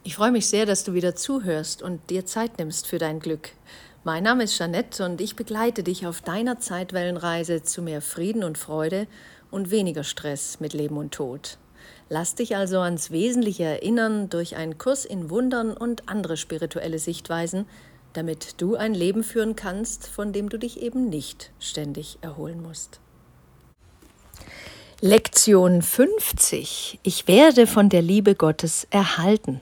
Ich freue mich sehr, dass du wieder zuhörst und dir Zeit nimmst für dein Glück. Mein Name ist Jeanette und ich begleite dich auf deiner Zeitwellenreise zu mehr Frieden und Freude und weniger Stress mit Leben und Tod. Lass dich also ans Wesentliche erinnern durch einen Kurs in Wundern und andere spirituelle Sichtweisen, damit du ein Leben führen kannst, von dem du dich eben nicht ständig erholen musst. Lektion 50. Ich werde von der Liebe Gottes erhalten.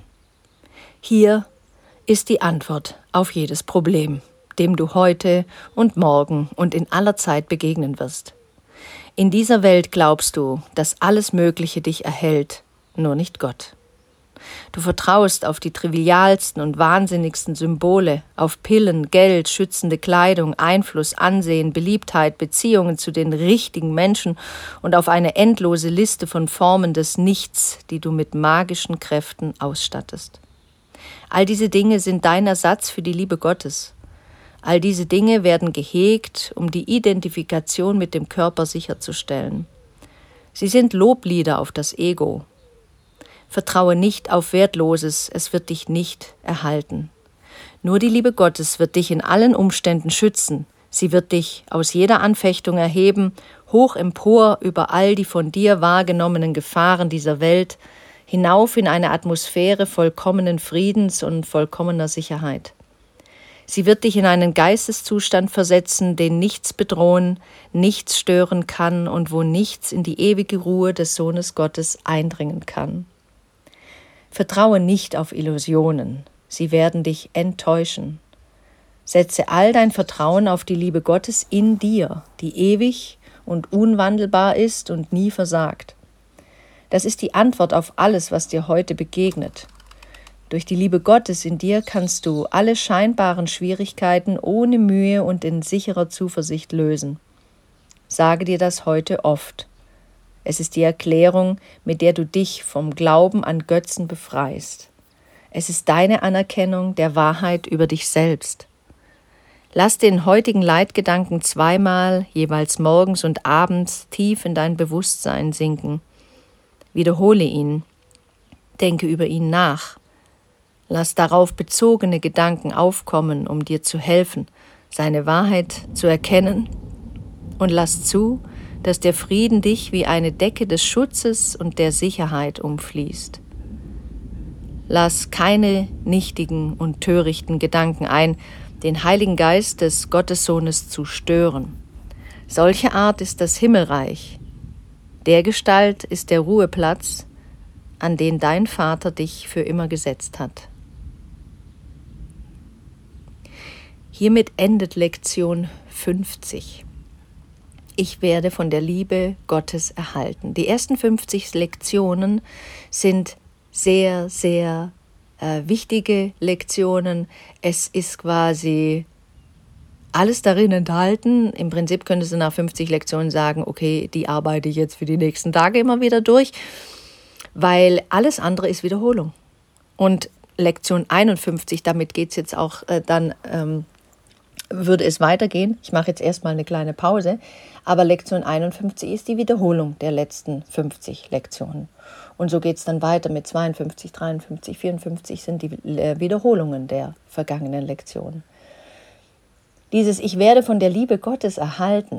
Hier ist die Antwort auf jedes Problem, dem du heute und morgen und in aller Zeit begegnen wirst. In dieser Welt glaubst du, dass alles Mögliche dich erhält, nur nicht Gott. Du vertraust auf die trivialsten und wahnsinnigsten Symbole, auf Pillen, Geld, schützende Kleidung, Einfluss, Ansehen, Beliebtheit, Beziehungen zu den richtigen Menschen und auf eine endlose Liste von Formen des Nichts, die du mit magischen Kräften ausstattest. All diese Dinge sind dein Ersatz für die Liebe Gottes. All diese Dinge werden gehegt, um die Identifikation mit dem Körper sicherzustellen. Sie sind Loblieder auf das Ego. Vertraue nicht auf Wertloses, es wird dich nicht erhalten. Nur die Liebe Gottes wird dich in allen Umständen schützen. Sie wird dich aus jeder Anfechtung erheben, hoch empor über all die von dir wahrgenommenen Gefahren dieser Welt, hinauf in eine Atmosphäre vollkommenen Friedens und vollkommener Sicherheit. Sie wird dich in einen Geisteszustand versetzen, den nichts bedrohen, nichts stören kann und wo nichts in die ewige Ruhe des Sohnes Gottes eindringen kann. Vertraue nicht auf Illusionen, sie werden dich enttäuschen. Setze all dein Vertrauen auf die Liebe Gottes in dir, die ewig und unwandelbar ist und nie versagt. Das ist die Antwort auf alles, was dir heute begegnet. Durch die Liebe Gottes in dir kannst du alle scheinbaren Schwierigkeiten ohne Mühe und in sicherer Zuversicht lösen. Sage dir das heute oft. Es ist die Erklärung, mit der du dich vom Glauben an Götzen befreist. Es ist deine Anerkennung der Wahrheit über dich selbst. Lass den heutigen Leitgedanken zweimal, jeweils morgens und abends, tief in dein Bewusstsein sinken. Wiederhole ihn, denke über ihn nach. Lass darauf bezogene Gedanken aufkommen, um dir zu helfen, seine Wahrheit zu erkennen, und lass zu, dass der Frieden dich wie eine Decke des Schutzes und der Sicherheit umfließt. Lass keine nichtigen und törichten Gedanken ein, den Heiligen Geist des Gottessohnes zu stören. Solche Art ist das Himmelreich. Dergestalt ist der Ruheplatz, an den dein Vater dich für immer gesetzt hat. Hiermit endet Lektion 50. Ich werde von der Liebe Gottes erhalten. Die ersten 50 Lektionen sind sehr, sehr wichtige Lektionen. Es ist quasi alles darin enthalten. Im Prinzip könntest du nach 50 Lektionen sagen, okay, die arbeite ich jetzt für die nächsten Tage immer wieder durch, weil alles andere ist Wiederholung. Und Lektion 51, damit geht es jetzt auch würde es weitergehen. Ich mache jetzt erstmal eine kleine Pause, aber Lektion 51 ist die Wiederholung der letzten 50 Lektionen. Und so geht es dann weiter mit 52, 53, 54 sind die Wiederholungen der vergangenen Lektionen. Dieses Ich werde von der Liebe Gottes erhalten,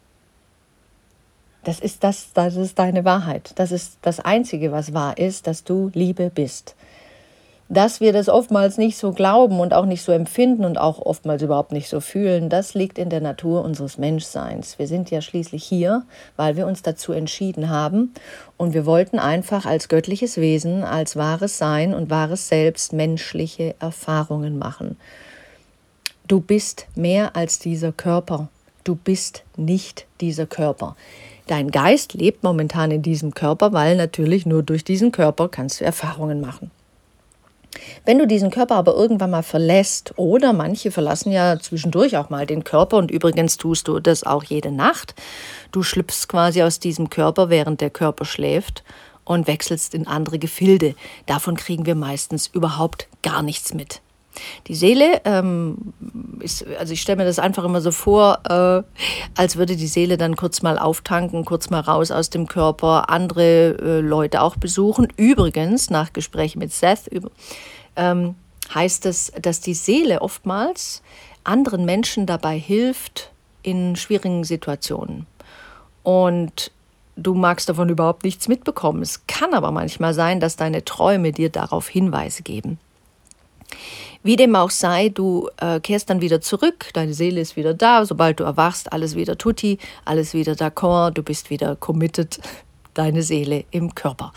das ist deine Wahrheit. Das ist das Einzige, was wahr ist, dass du Liebe bist. Dass wir das oftmals nicht so glauben und auch nicht so empfinden und auch oftmals überhaupt nicht so fühlen, das liegt in der Natur unseres Menschseins. Wir sind ja schließlich hier, weil wir uns dazu entschieden haben und wir wollten einfach als göttliches Wesen, als wahres Sein und wahres Selbst menschliche Erfahrungen machen. Du bist mehr als dieser Körper. Du bist nicht dieser Körper. Dein Geist lebt momentan in diesem Körper, weil natürlich nur durch diesen Körper kannst du Erfahrungen machen. Wenn du diesen Körper aber irgendwann mal verlässt, oder manche verlassen ja zwischendurch auch mal den Körper, und übrigens tust du das auch jede Nacht, du schlüpfst quasi aus diesem Körper, während der Körper schläft, und wechselst in andere Gefilde. Davon kriegen wir meistens überhaupt gar nichts mit. Die Seele also ich stelle mir das einfach immer so vor, als würde die Seele dann kurz mal auftanken, kurz mal raus aus dem Körper, andere Leute auch besuchen. Übrigens, nach Gespräch mit Seth heißt es, dass die Seele oftmals anderen Menschen dabei hilft in schwierigen Situationen. Und du magst davon überhaupt nichts mitbekommen. Es kann aber manchmal sein, dass deine Träume dir darauf Hinweise geben. Wie dem auch sei, du kehrst dann wieder zurück, deine Seele ist wieder da, sobald du erwachst, alles wieder tutti, alles wieder d'accord, du bist wieder committed, deine Seele im Körper.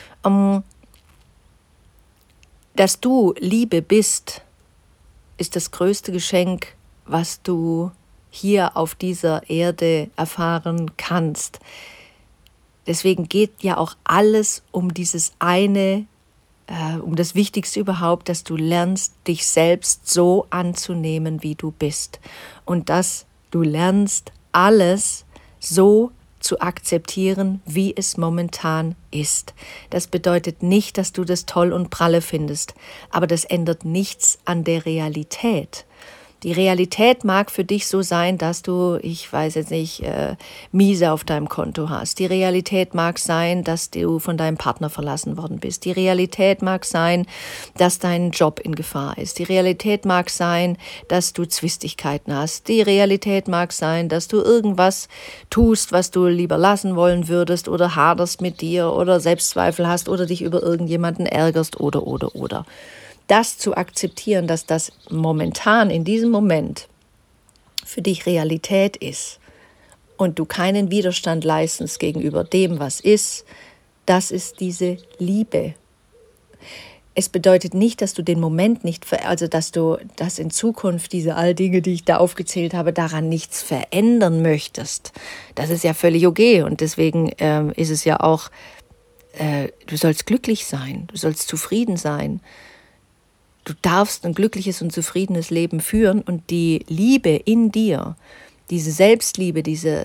Dass du Liebe bist, ist das größte Geschenk, was du hier auf dieser Erde erfahren kannst. Deswegen geht ja auch alles um dieses eine, um das Wichtigste überhaupt, dass du lernst, dich selbst so anzunehmen, wie du bist. Und dass du lernst, alles so zu akzeptieren, wie es momentan ist. Das bedeutet nicht, dass du das toll und pralle findest, aber das ändert nichts an der Realität. Die Realität mag für dich so sein, dass du, ich weiß jetzt nicht, Miese auf deinem Konto hast. Die Realität mag sein, dass du von deinem Partner verlassen worden bist. Die Realität mag sein, dass dein Job in Gefahr ist. Die Realität mag sein, dass du Zwistigkeiten hast. Die Realität mag sein, dass du irgendwas tust, was du lieber lassen wollen würdest oder haderst mit dir oder Selbstzweifel hast oder dich über irgendjemanden ärgerst oder. Das zu akzeptieren, dass das momentan, in diesem Moment, für dich Realität ist und du keinen Widerstand leistest gegenüber dem, was ist, das ist diese Liebe. Es bedeutet nicht, dass du den Moment nicht, also dass du das in Zukunft, diese all Dinge, die ich da aufgezählt habe, daran nichts verändern möchtest. Das ist ja völlig okay und deswegen ist es ja auch, du sollst glücklich sein, du sollst zufrieden sein. Du darfst ein glückliches und zufriedenes Leben führen und die Liebe in dir, diese Selbstliebe, diese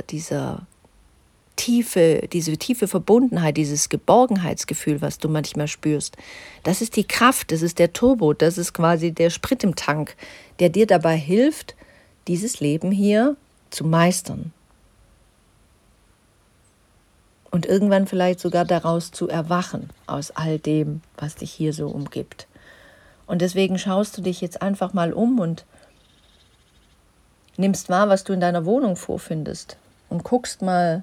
tiefe Verbundenheit, dieses Geborgenheitsgefühl, was du manchmal spürst, das ist die Kraft, das ist der Turbo, das ist quasi der Sprit im Tank, der dir dabei hilft, dieses Leben hier zu meistern. Und irgendwann vielleicht sogar daraus zu erwachen, aus all dem, was dich hier so umgibt. Und deswegen schaust du dich jetzt einfach mal um und nimmst wahr, was du in deiner Wohnung vorfindest und guckst mal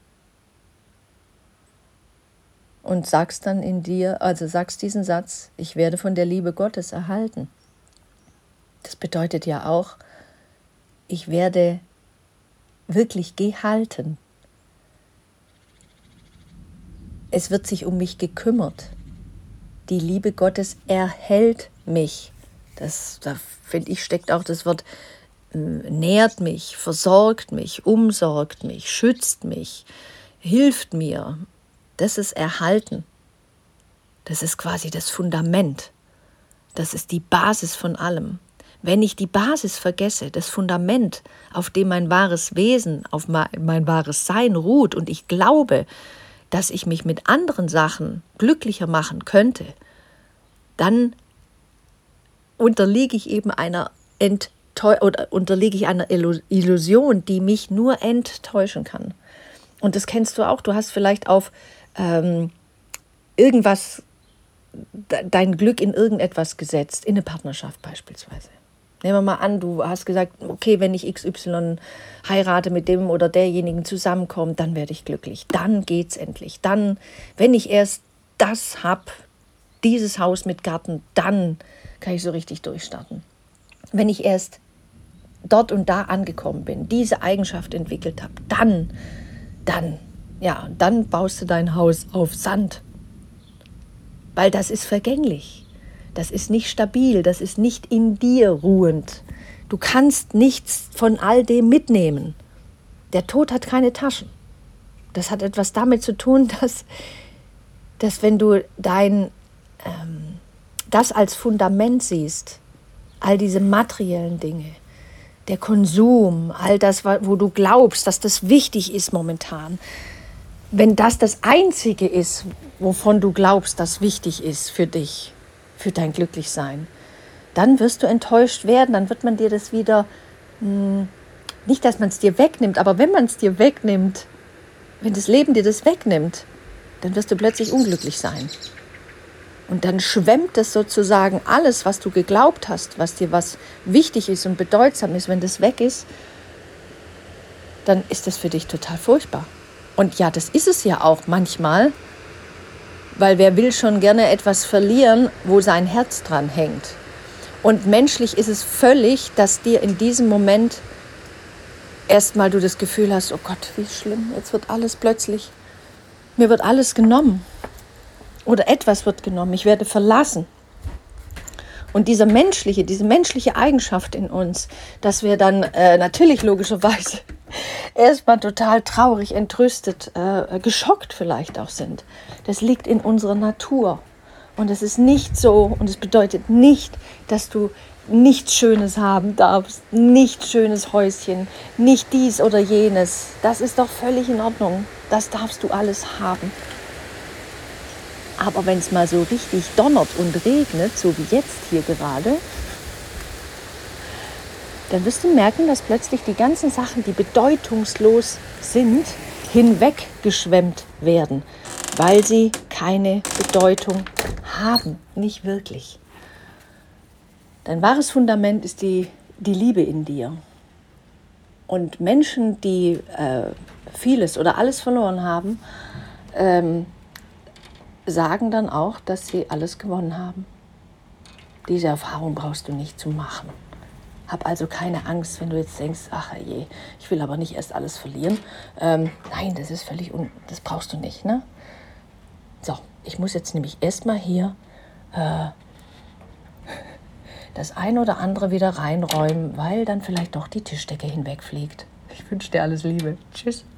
und sagst dann in dir, also sagst diesen Satz, ich werde von der Liebe Gottes erhalten. Das bedeutet ja auch, ich werde wirklich gehalten. Es wird sich um mich gekümmert. Die Liebe Gottes erhält mich. Da finde ich, steckt auch das Wort nährt mich, versorgt mich, umsorgt mich, schützt mich, hilft mir. Das ist Erhalten. Das ist quasi das Fundament. Das ist die Basis von allem. Wenn ich die Basis vergesse, das Fundament, auf dem mein wahres Wesen, auf mein wahres Sein ruht und ich glaube, dass ich mich mit anderen Sachen glücklicher machen könnte, dann unterliege ich eben einer Illusion, die mich nur enttäuschen kann. Und das kennst du auch. Du hast vielleicht auf irgendwas, dein Glück in irgendetwas gesetzt, in eine Partnerschaft beispielsweise. Nehmen wir mal an, du hast gesagt, okay, wenn ich XY heirate, mit dem oder derjenigen zusammenkomme, dann werde ich glücklich. Dann geht's endlich. Dann, wenn ich erst das habe, dieses Haus mit Garten, dann kann ich so richtig durchstarten. Wenn ich erst dort und da angekommen bin, diese Eigenschaft entwickelt habe, dann baust du dein Haus auf Sand. Weil das ist vergänglich. Das ist nicht stabil, das ist nicht in dir ruhend. Du kannst nichts von all dem mitnehmen. Der Tod hat keine Taschen. Das hat etwas damit zu tun, dass wenn du das als Fundament siehst, all diese materiellen Dinge, der Konsum, all das, wo du glaubst, dass das wichtig ist momentan, wenn das das Einzige ist, wovon du glaubst, das wichtig ist für dich, für dein Glücklichsein, dann wirst du enttäuscht werden, dann wird man dir das wieder, nicht, dass man es dir wegnimmt, aber wenn man es dir wegnimmt, wenn das Leben dir das wegnimmt, dann wirst du plötzlich unglücklich sein. Und dann schwemmt es sozusagen alles, was du geglaubt hast, was dir was wichtig ist und bedeutsam ist, wenn das weg ist, dann ist das für dich total furchtbar. Und ja, das ist es ja auch manchmal, weil wer will schon gerne etwas verlieren, wo sein Herz dran hängt. Und menschlich ist es völlig, dass dir in diesem Moment erstmal du das Gefühl hast, oh Gott, wie schlimm, jetzt wird alles plötzlich, mir wird alles genommen. Oder etwas wird genommen, ich werde verlassen. Und diese menschliche Eigenschaft in uns, dass wir dann natürlich logischerweise erstmal total traurig, entrüstet, geschockt vielleicht auch sind. Das liegt in unserer Natur. Und es ist nicht so, und es bedeutet nicht, dass du nichts Schönes haben darfst, nichts schönes Häuschen, nicht dies oder jenes. Das ist doch völlig in Ordnung. Das darfst du alles haben. Aber wenn es mal so richtig donnert und regnet, so wie jetzt hier gerade, dann wirst du merken, dass plötzlich die ganzen Sachen, die bedeutungslos sind, hinweggeschwemmt werden, weil sie keine Bedeutung haben, nicht wirklich. Dein wahres Fundament ist die Liebe in dir. Und Menschen, die vieles oder alles verloren haben, sagen dann auch, dass sie alles gewonnen haben. Diese Erfahrung brauchst du nicht zu machen. Hab also keine Angst, wenn du jetzt denkst, ach je, ich will aber nicht erst alles verlieren. Nein, das ist völlig, das brauchst du nicht, ne? So, ich muss jetzt nämlich erstmal hier das ein oder andere wieder reinräumen, weil dann vielleicht doch die Tischdecke hinwegfliegt. Ich wünsche dir alles Liebe. Tschüss.